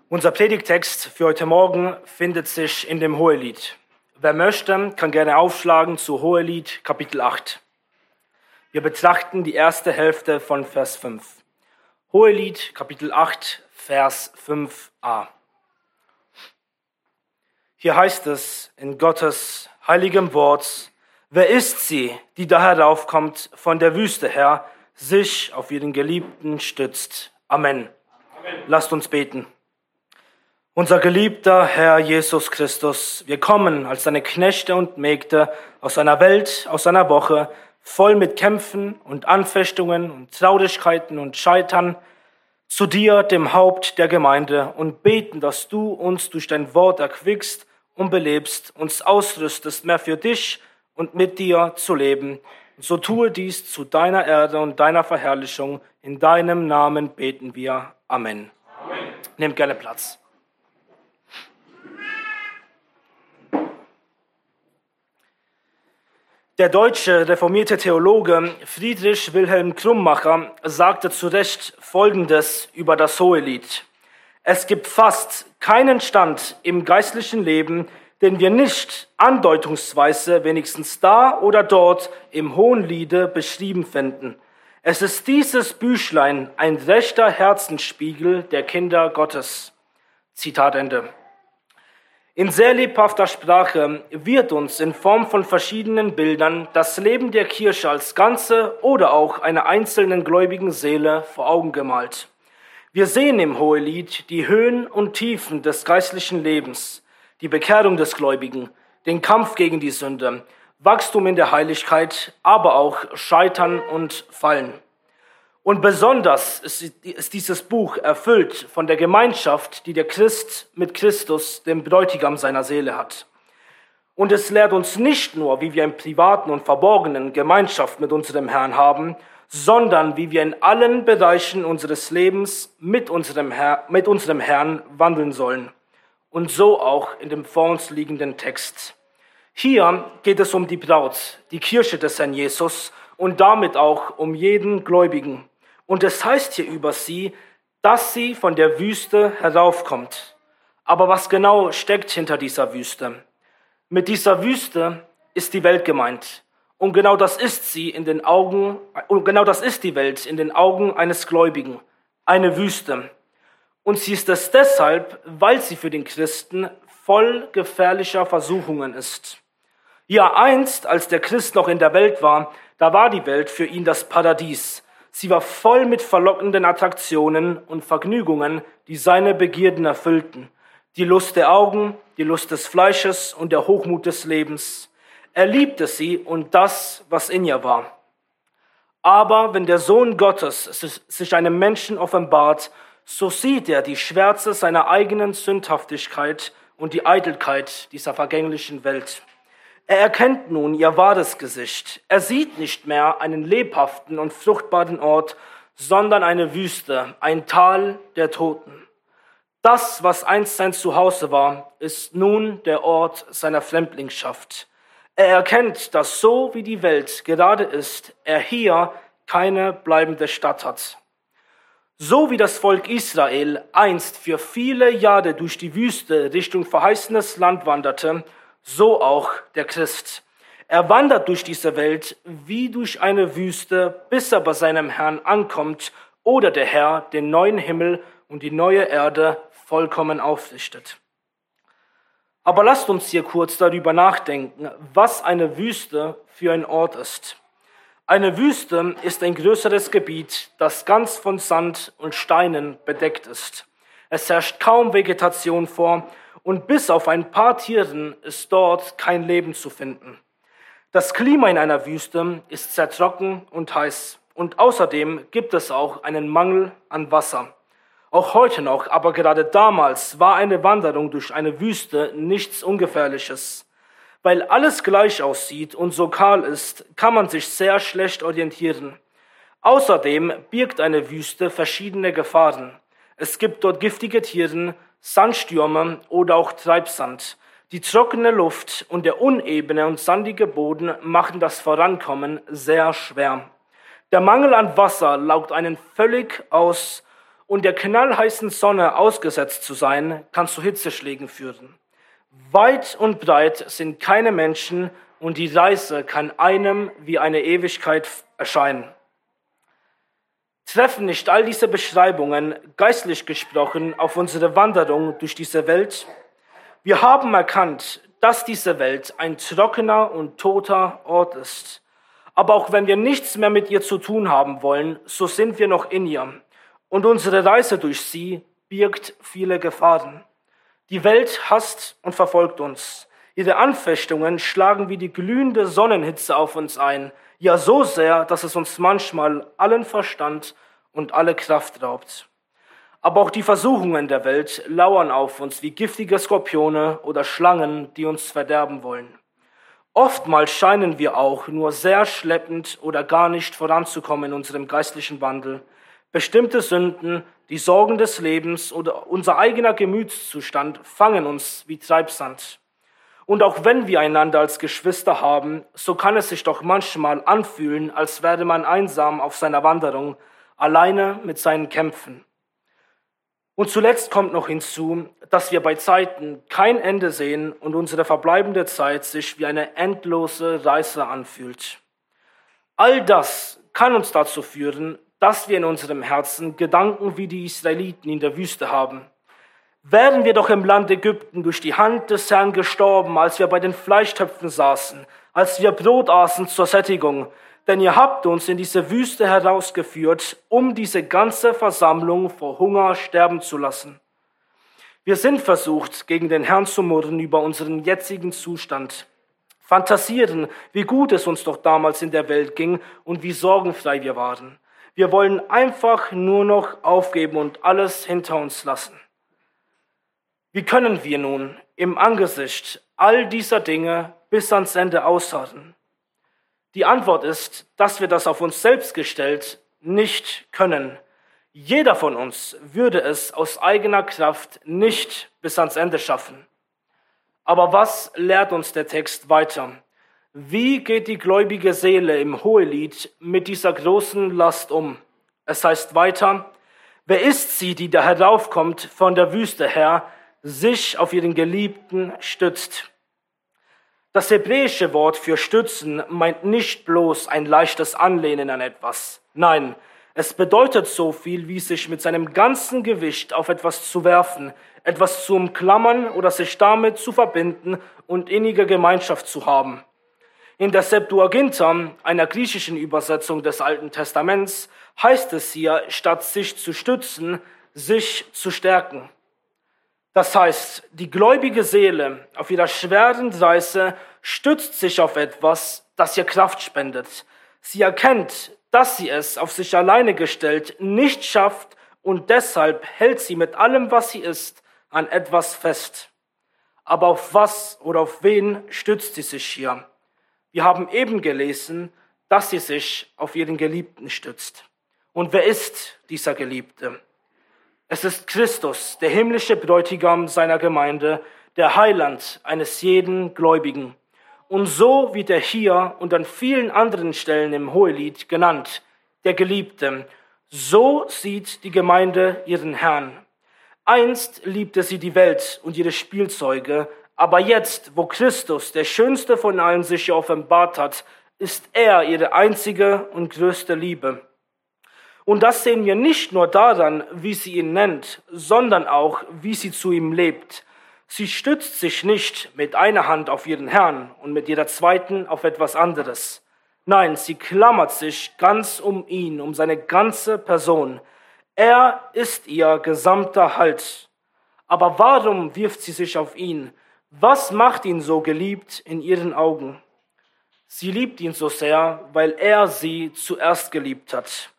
Unser Predigtext für heute Morgen findet sich in dem Hohelied. Wer möchte, kann gerne aufschlagen zu Hohelied Kapitel 8. Wir betrachten die erste Hälfte von Vers 5. Hohelied Kapitel 8, Vers 5a. Hier heißt es in Gottes heiligem Wort: Wer ist sie, die da heraufkommt von der Wüste her, sich auf ihren Geliebten stützt? Amen. Amen. Lasst uns beten. Unser geliebter Herr Jesus Christus, wir kommen als deine Knechte und Mägde aus einer Welt, aus einer Woche, voll mit Kämpfen und Anfechtungen und Traurigkeiten und Scheitern, zu dir, dem Haupt der Gemeinde, und beten, dass du uns durch dein Wort erquickst und belebst, uns ausrüstest, mehr für dich und mit dir zu leben. Und so tue dies zu deiner Ehre und deiner Verherrlichung. In deinem Namen beten wir. Amen. Amen. Nehmt gerne Platz. Der deutsche reformierte Theologe Friedrich Wilhelm Krummacher sagte zu Recht Folgendes über das Hohelied: Es gibt fast keinen Stand im geistlichen Leben, den wir nicht andeutungsweise wenigstens da oder dort im Hohenliede beschrieben finden. Es ist dieses Büchlein ein rechter Herzensspiegel der Kinder Gottes. Zitat Ende. In sehr lebhafter Sprache wird uns in Form von verschiedenen Bildern das Leben der Kirche als Ganze oder auch einer einzelnen gläubigen Seele vor Augen gemalt. Wir sehen im Hohelied die Höhen und Tiefen des geistlichen Lebens, die Bekehrung des Gläubigen, den Kampf gegen die Sünde, Wachstum in der Heiligkeit, aber auch Scheitern und Fallen. Und besonders ist dieses Buch erfüllt von der Gemeinschaft, die der Christ mit Christus, dem Bräutigam seiner Seele, hat. Und es lehrt uns nicht nur, wie wir im privaten und verborgenen Gemeinschaft mit unserem Herrn haben, sondern wie wir in allen Bereichen unseres Lebens mit unserem Herrn wandeln sollen. Und so auch in dem vor uns liegenden Text. Hier geht es um die Braut, die Kirche des Herrn Jesus, und damit auch um jeden Gläubigen. Und es heißt hier über sie, dass sie von der Wüste heraufkommt. Aber was genau steckt hinter dieser Wüste? Mit dieser Wüste ist die Welt gemeint. Und genau das ist die Welt in den Augen eines Gläubigen. Eine Wüste. Und sie ist es deshalb, weil sie für den Christen voll gefährlicher Versuchungen ist. Ja, einst, als der Christ noch in der Welt war, da war die Welt für ihn das Paradies. Sie war voll mit verlockenden Attraktionen und Vergnügungen, die seine Begierden erfüllten. Die Lust der Augen, die Lust des Fleisches und der Hochmut des Lebens. Er liebte sie und das, was in ihr war. Aber wenn der Sohn Gottes sich einem Menschen offenbart, so sieht er die Schwärze seiner eigenen Sündhaftigkeit und die Eitelkeit dieser vergänglichen Welt. Er erkennt nun ihr wahres Gesicht. Er sieht nicht mehr einen lebhaften und fruchtbaren Ort, sondern eine Wüste, ein Tal der Toten. Das, was einst sein Zuhause war, ist nun der Ort seiner Fremdlingschaft. Er erkennt, dass so wie die Welt gerade ist, er hier keine bleibende Stadt hat. So wie das Volk Israel einst für viele Jahre durch die Wüste Richtung verheißenes Land wanderte, so auch der Christ. Er wandert durch diese Welt wie durch eine Wüste, bis er bei seinem Herrn ankommt oder der Herr den neuen Himmel und die neue Erde vollkommen aufrichtet. Aber lasst uns hier kurz darüber nachdenken, was eine Wüste für ein Ort ist. Eine Wüste ist ein größeres Gebiet, das ganz von Sand und Steinen bedeckt ist. Es herrscht kaum Vegetation vor und bis auf ein paar Tieren ist dort kein Leben zu finden. Das Klima in einer Wüste ist sehr trocken und heiß und außerdem gibt es auch einen Mangel an Wasser. Auch heute noch, aber gerade damals war eine Wanderung durch eine Wüste nichts Ungefährliches. Weil alles gleich aussieht und so kahl ist, kann man sich sehr schlecht orientieren. Außerdem birgt eine Wüste verschiedene Gefahren. Es gibt dort giftige Tiere, Sandstürme oder auch Treibsand. Die trockene Luft und der unebene und sandige Boden machen das Vorankommen sehr schwer. Der Mangel an Wasser laugt einen völlig aus und der knallheißen Sonne ausgesetzt zu sein, kann zu Hitzeschlägen führen. Weit und breit sind keine Menschen und die Reise kann einem wie eine Ewigkeit erscheinen. Treffen nicht all diese Beschreibungen, geistlich gesprochen, auf unsere Wanderung durch diese Welt? Wir haben erkannt, dass diese Welt ein trockener und toter Ort ist. Aber auch wenn wir nichts mehr mit ihr zu tun haben wollen, so sind wir noch in ihr. Und unsere Reise durch sie birgt viele Gefahren. Die Welt hasst und verfolgt uns. Ihre Anfechtungen schlagen wie die glühende Sonnenhitze auf uns ein. Ja, so sehr, dass es uns manchmal allen Verstand und alle Kraft raubt. Aber auch die Versuchungen der Welt lauern auf uns wie giftige Skorpione oder Schlangen, die uns verderben wollen. Oftmals scheinen wir auch nur sehr schleppend oder gar nicht voranzukommen in unserem geistlichen Wandel. Bestimmte Sünden, die Sorgen des Lebens oder unser eigener Gemütszustand fangen uns wie Treibsand. Und auch wenn wir einander als Geschwister haben, so kann es sich doch manchmal anfühlen, als wäre man einsam auf seiner Wanderung, alleine mit seinen Kämpfen. Und zuletzt kommt noch hinzu, dass wir bei Zeiten kein Ende sehen und unsere verbleibende Zeit sich wie eine endlose Reise anfühlt. All das kann uns dazu führen, dass wir in unserem Herzen Gedanken wie die Israeliten in der Wüste haben. Wären wir doch im Land Ägypten durch die Hand des Herrn gestorben, als wir bei den Fleischtöpfen saßen, als wir Brot aßen zur Sättigung. Denn ihr habt uns in diese Wüste herausgeführt, um diese ganze Versammlung vor Hunger sterben zu lassen. Wir sind versucht, gegen den Herrn zu murren über unseren jetzigen Zustand. Fantasieren, wie gut es uns doch damals in der Welt ging und wie sorgenfrei wir waren. Wir wollen einfach nur noch aufgeben und alles hinter uns lassen. Wie können wir nun im Angesicht all dieser Dinge bis ans Ende ausharren? Die Antwort ist, dass wir das auf uns selbst gestellt nicht können. Jeder von uns würde es aus eigener Kraft nicht bis ans Ende schaffen. Aber was lehrt uns der Text weiter? Wie geht die gläubige Seele im Hohelied mit dieser großen Last um? Es heißt weiter, wer ist sie, die da heraufkommt von der Wüste her, sich auf ihren Geliebten stützt? Das hebräische Wort für stützen meint nicht bloß ein leichtes Anlehnen an etwas. Nein, es bedeutet so viel, wie sich mit seinem ganzen Gewicht auf etwas zu werfen, etwas zu umklammern oder sich damit zu verbinden und innige Gemeinschaft zu haben. In der Septuaginta, einer griechischen Übersetzung des Alten Testaments, heißt es hier, statt sich zu stützen, sich zu stärken. Das heißt, die gläubige Seele auf ihrer schweren Reise stützt sich auf etwas, das ihr Kraft spendet. Sie erkennt, dass sie es auf sich alleine gestellt nicht schafft und deshalb hält sie mit allem, was sie ist, an etwas fest. Aber auf was oder auf wen stützt sie sich hier? Wir haben eben gelesen, dass sie sich auf ihren Geliebten stützt. Und wer ist dieser Geliebte? Es ist Christus, der himmlische Bräutigam seiner Gemeinde, der Heiland eines jeden Gläubigen. Und so wird er hier und an vielen anderen Stellen im Hohelied genannt, der Geliebte. So sieht die Gemeinde ihren Herrn. Einst liebte sie die Welt und ihre Spielzeuge, aber jetzt, wo Christus, der schönste von allen, sich offenbart hat, ist er ihre einzige und größte Liebe. Und das sehen wir nicht nur daran, wie sie ihn nennt, sondern auch, wie sie zu ihm lebt. Sie stützt sich nicht mit einer Hand auf ihren Herrn und mit ihrer zweiten auf etwas anderes. Nein, sie klammert sich ganz um ihn, um seine ganze Person. Er ist ihr gesamter Halt. Aber warum wirft sie sich auf ihn? Was macht ihn so geliebt in ihren Augen? Sie liebt ihn so sehr, weil er sie zuerst geliebt hat.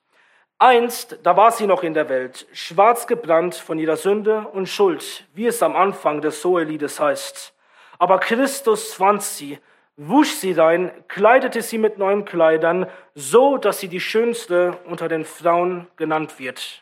Einst, da war sie noch in der Welt, schwarz gebrannt von ihrer Sünde und Schuld, wie es am Anfang des Hoheliedes heißt. Aber Christus fand sie, wusch sie rein, kleidete sie mit neuen Kleidern, so dass sie die schönste unter den Frauen genannt wird.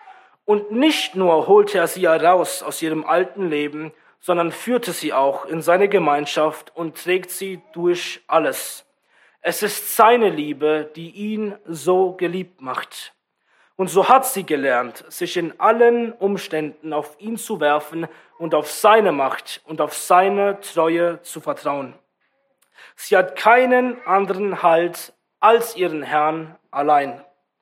Und nicht nur holte er sie heraus aus ihrem alten Leben, sondern führte sie auch in seine Gemeinschaft und trägt sie durch alles. Es ist seine Liebe, die ihn so geliebt macht. Und so hat sie gelernt, sich in allen Umständen auf ihn zu werfen und auf seine Macht und auf seine Treue zu vertrauen. Sie hat keinen anderen Halt als ihren Herrn allein.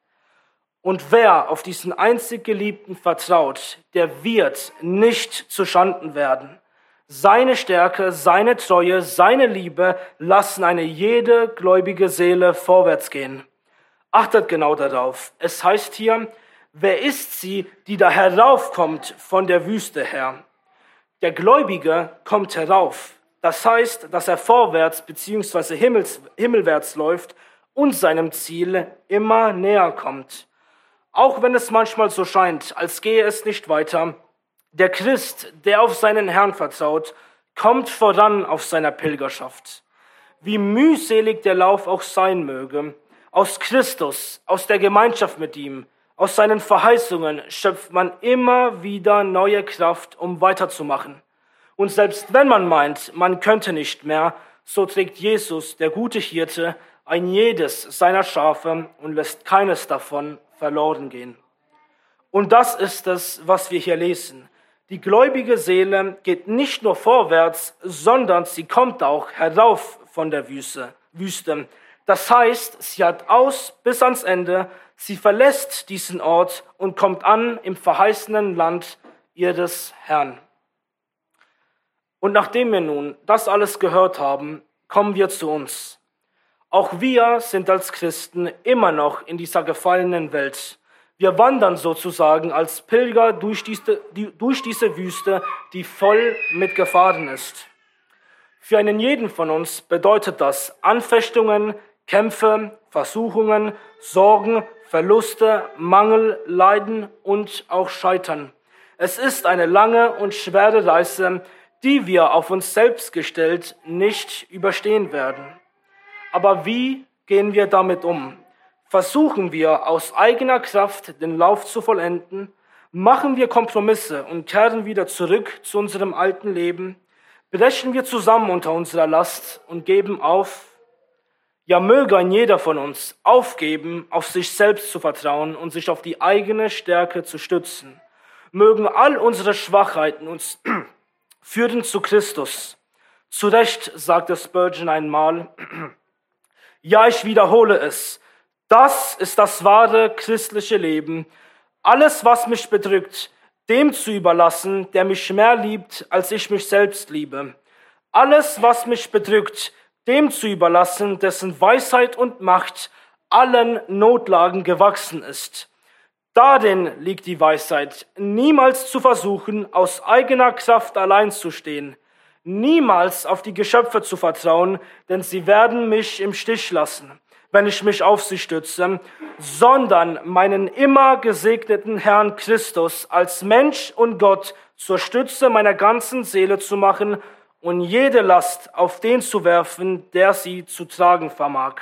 Und wer auf diesen einzig Geliebten vertraut, der wird nicht zuschanden werden. Seine Stärke, seine Treue, seine Liebe lassen eine jede gläubige Seele vorwärts gehen. Achtet genau darauf. Es heißt hier, wer ist sie, die da heraufkommt von der Wüste her? Der Gläubige kommt herauf. Das heißt, dass er vorwärts bzw. himmelwärts läuft und seinem Ziel immer näher kommt. Auch wenn es manchmal so scheint, als gehe es nicht weiter, der Christ, der auf seinen Herrn vertraut, kommt voran auf seiner Pilgerschaft. Wie mühselig der Lauf auch sein möge, aus Christus, aus der Gemeinschaft mit ihm, aus seinen Verheißungen schöpft man immer wieder neue Kraft, um weiterzumachen. Und selbst wenn man meint, man könnte nicht mehr, so trägt Jesus, der gute Hirte, ein jedes seiner Schafe und lässt keines davon verloren gehen. Und das ist es, was wir hier lesen. Die gläubige Seele geht nicht nur vorwärts, sondern sie kommt auch herauf von der Wüste. Das heißt, sie hat aus bis ans Ende, sie verlässt diesen Ort und kommt an im verheißenen Land ihres Herrn. Und nachdem wir nun das alles gehört haben, kommen wir zu uns. Auch wir sind als Christen immer noch in dieser gefallenen Welt. Wir wandern sozusagen als Pilger durch diese Wüste, die voll mit Gefahren ist. Für einen jeden von uns bedeutet das Anfechtungen, Kämpfe, Versuchungen, Sorgen, Verluste, Mangel, Leiden und auch Scheitern. Es ist eine lange und schwere Reise, die wir auf uns selbst gestellt nicht überstehen werden. Aber wie gehen wir damit um? Versuchen wir aus eigener Kraft den Lauf zu vollenden? Machen wir Kompromisse und kehren wieder zurück zu unserem alten Leben? Brechen wir zusammen unter unserer Last und geben auf? Ja, möge ein jeder von uns aufgeben, auf sich selbst zu vertrauen und sich auf die eigene Stärke zu stützen. Mögen all unsere Schwachheiten uns führen zu Christus. Zu Recht sagte Spurgeon einmal, ja, ich wiederhole es, das ist das wahre christliche Leben, alles, was mich bedrückt, dem zu überlassen, der mich mehr liebt, als ich mich selbst liebe. Alles, was mich bedrückt, dem zu überlassen, dessen Weisheit und Macht allen Notlagen gewachsen ist. Darin liegt die Weisheit, niemals zu versuchen, aus eigener Kraft allein zu stehen, niemals auf die Geschöpfe zu vertrauen, denn sie werden mich im Stich lassen, wenn ich mich auf sie stütze, sondern meinen immer gesegneten Herrn Christus als Mensch und Gott zur Stütze meiner ganzen Seele zu machen und jede Last auf den zu werfen, der sie zu tragen vermag.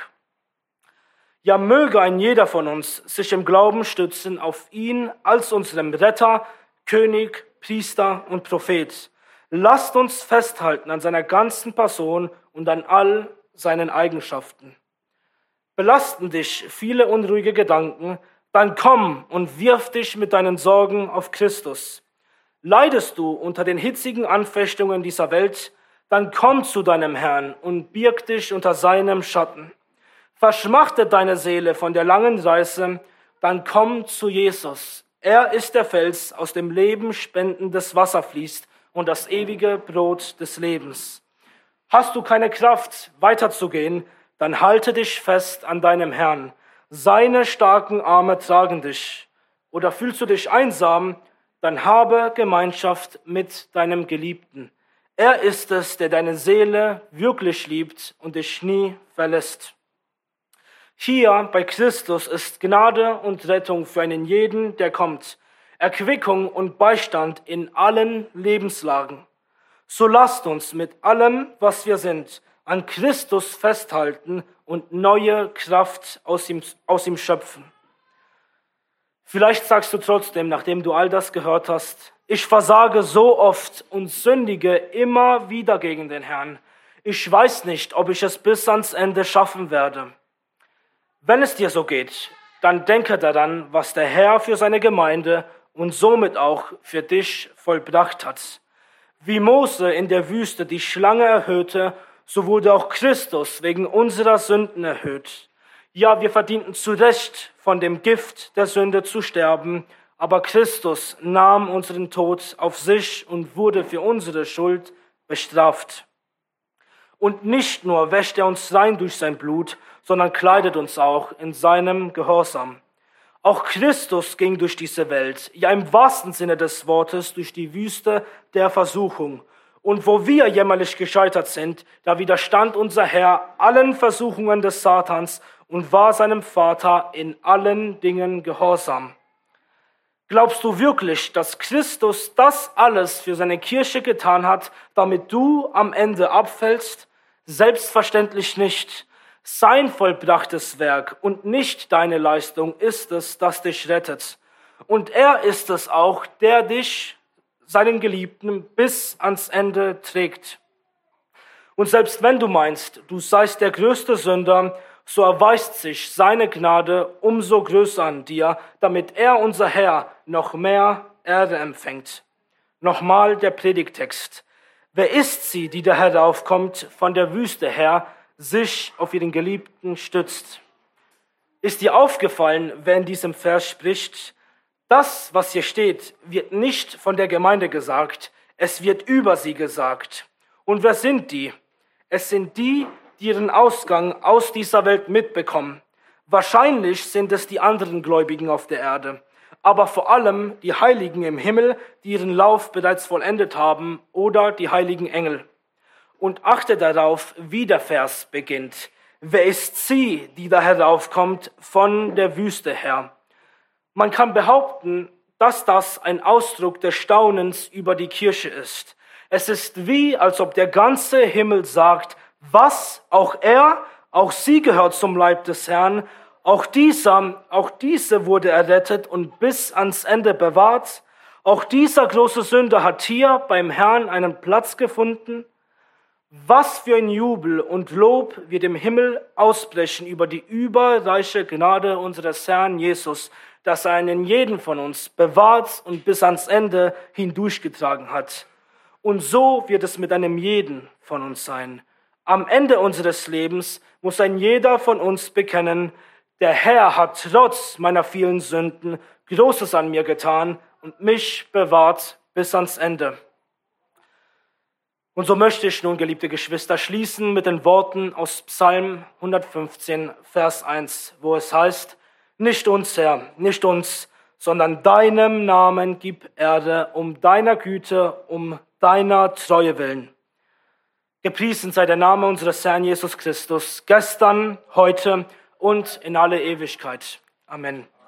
Ja, möge ein jeder von uns sich im Glauben stützen auf ihn als unserem Retter, König, Priester und Prophet. Lasst uns festhalten an seiner ganzen Person und an all seinen Eigenschaften. Belasten dich viele unruhige Gedanken, dann komm und wirf dich mit deinen Sorgen auf Christus. Leidest du unter den hitzigen Anfechtungen dieser Welt, dann komm zu deinem Herrn und birg dich unter seinem Schatten. Verschmachtet deine Seele von der langen Reise, dann komm zu Jesus. Er ist der Fels, aus dem Leben spendendes Wasser fließt und das ewige Brot des Lebens. Hast du keine Kraft, weiterzugehen, dann halte dich fest an deinem Herrn. Seine starken Arme tragen dich. Oder fühlst du dich einsam, dann habe Gemeinschaft mit deinem Geliebten. Er ist es, der deine Seele wirklich liebt und dich nie verlässt. Hier bei Christus ist Gnade und Rettung für einen jeden, der kommt, Erquickung und Beistand in allen Lebenslagen. So lasst uns mit allem, was wir sind, an Christus festhalten und neue Kraft aus ihm schöpfen. Vielleicht sagst du trotzdem, nachdem du all das gehört hast, ich versage so oft und sündige immer wieder gegen den Herrn. Ich weiß nicht, ob ich es bis ans Ende schaffen werde. Wenn es dir so geht, dann denke daran, was der Herr für seine Gemeinde und somit auch für dich vollbracht hat. Wie Mose in der Wüste die Schlange erhöhte, so wurde auch Christus wegen unserer Sünden erhöht. Ja, wir verdienten zu Recht, von dem Gift der Sünde zu sterben, aber Christus nahm unseren Tod auf sich und wurde für unsere Schuld bestraft. Und nicht nur wäscht er uns rein durch sein Blut, sondern kleidet uns auch in seinem Gehorsam. Auch Christus ging durch diese Welt, ja im wahrsten Sinne des Wortes, durch die Wüste der Versuchung. Und wo wir jämmerlich gescheitert sind, da widerstand unser Herr allen Versuchungen des Satans und war seinem Vater in allen Dingen gehorsam. Glaubst du wirklich, dass Christus das alles für seine Kirche getan hat, damit du am Ende abfällst? Selbstverständlich nicht. Sein vollbrachtes Werk und nicht deine Leistung ist es, das dich rettet. Und er ist es auch, der dich, seinen Geliebten, bis ans Ende trägt. Und selbst wenn du meinst, du seist der größte Sünder, so erweist sich seine Gnade umso größer an dir, damit er, unser Herr, noch mehr Ehre empfängt. Nochmal der Predigtext. Wer ist sie, die da heraufkommt von der Wüste her, sich auf ihren Geliebten stützt? Ist dir aufgefallen, wer in diesem Vers spricht? Das, was hier steht, wird nicht von der Gemeinde gesagt, es wird über sie gesagt. Und wer sind die? Es sind die, die ihren Ausgang aus dieser Welt mitbekommen. Wahrscheinlich sind es die anderen Gläubigen auf der Erde, aber vor allem die Heiligen im Himmel, die ihren Lauf bereits vollendet haben, oder die heiligen Engel. Und achte darauf, wie der Vers beginnt. Wer ist sie, die da heraufkommt von der Wüste her? Man kann behaupten, dass das ein Ausdruck des Staunens über die Kirche ist. Es ist wie, als ob der ganze Himmel sagt, was, auch er, auch sie gehört zum Leib des Herrn, auch diese wurde errettet und bis ans Ende bewahrt. Auch dieser große Sünder hat hier beim Herrn einen Platz gefunden. Was für ein Jubel und Lob wird im Himmel ausbrechen über die überreiche Gnade unseres Herrn Jesus, dass er einen jeden von uns bewahrt und bis ans Ende hindurchgetragen hat. Und so wird es mit einem jeden von uns sein. Am Ende unseres Lebens muss ein jeder von uns bekennen, der Herr hat trotz meiner vielen Sünden Großes an mir getan und mich bewahrt bis ans Ende. Und so möchte ich nun, geliebte Geschwister, schließen mit den Worten aus Psalm 115, Vers 1, wo es heißt, nicht uns, Herr, nicht uns, sondern deinem Namen gib Ehre, um deiner Güte, um deiner Treue willen. Gepriesen sei der Name unseres Herrn Jesus Christus, gestern, heute und in alle Ewigkeit. Amen.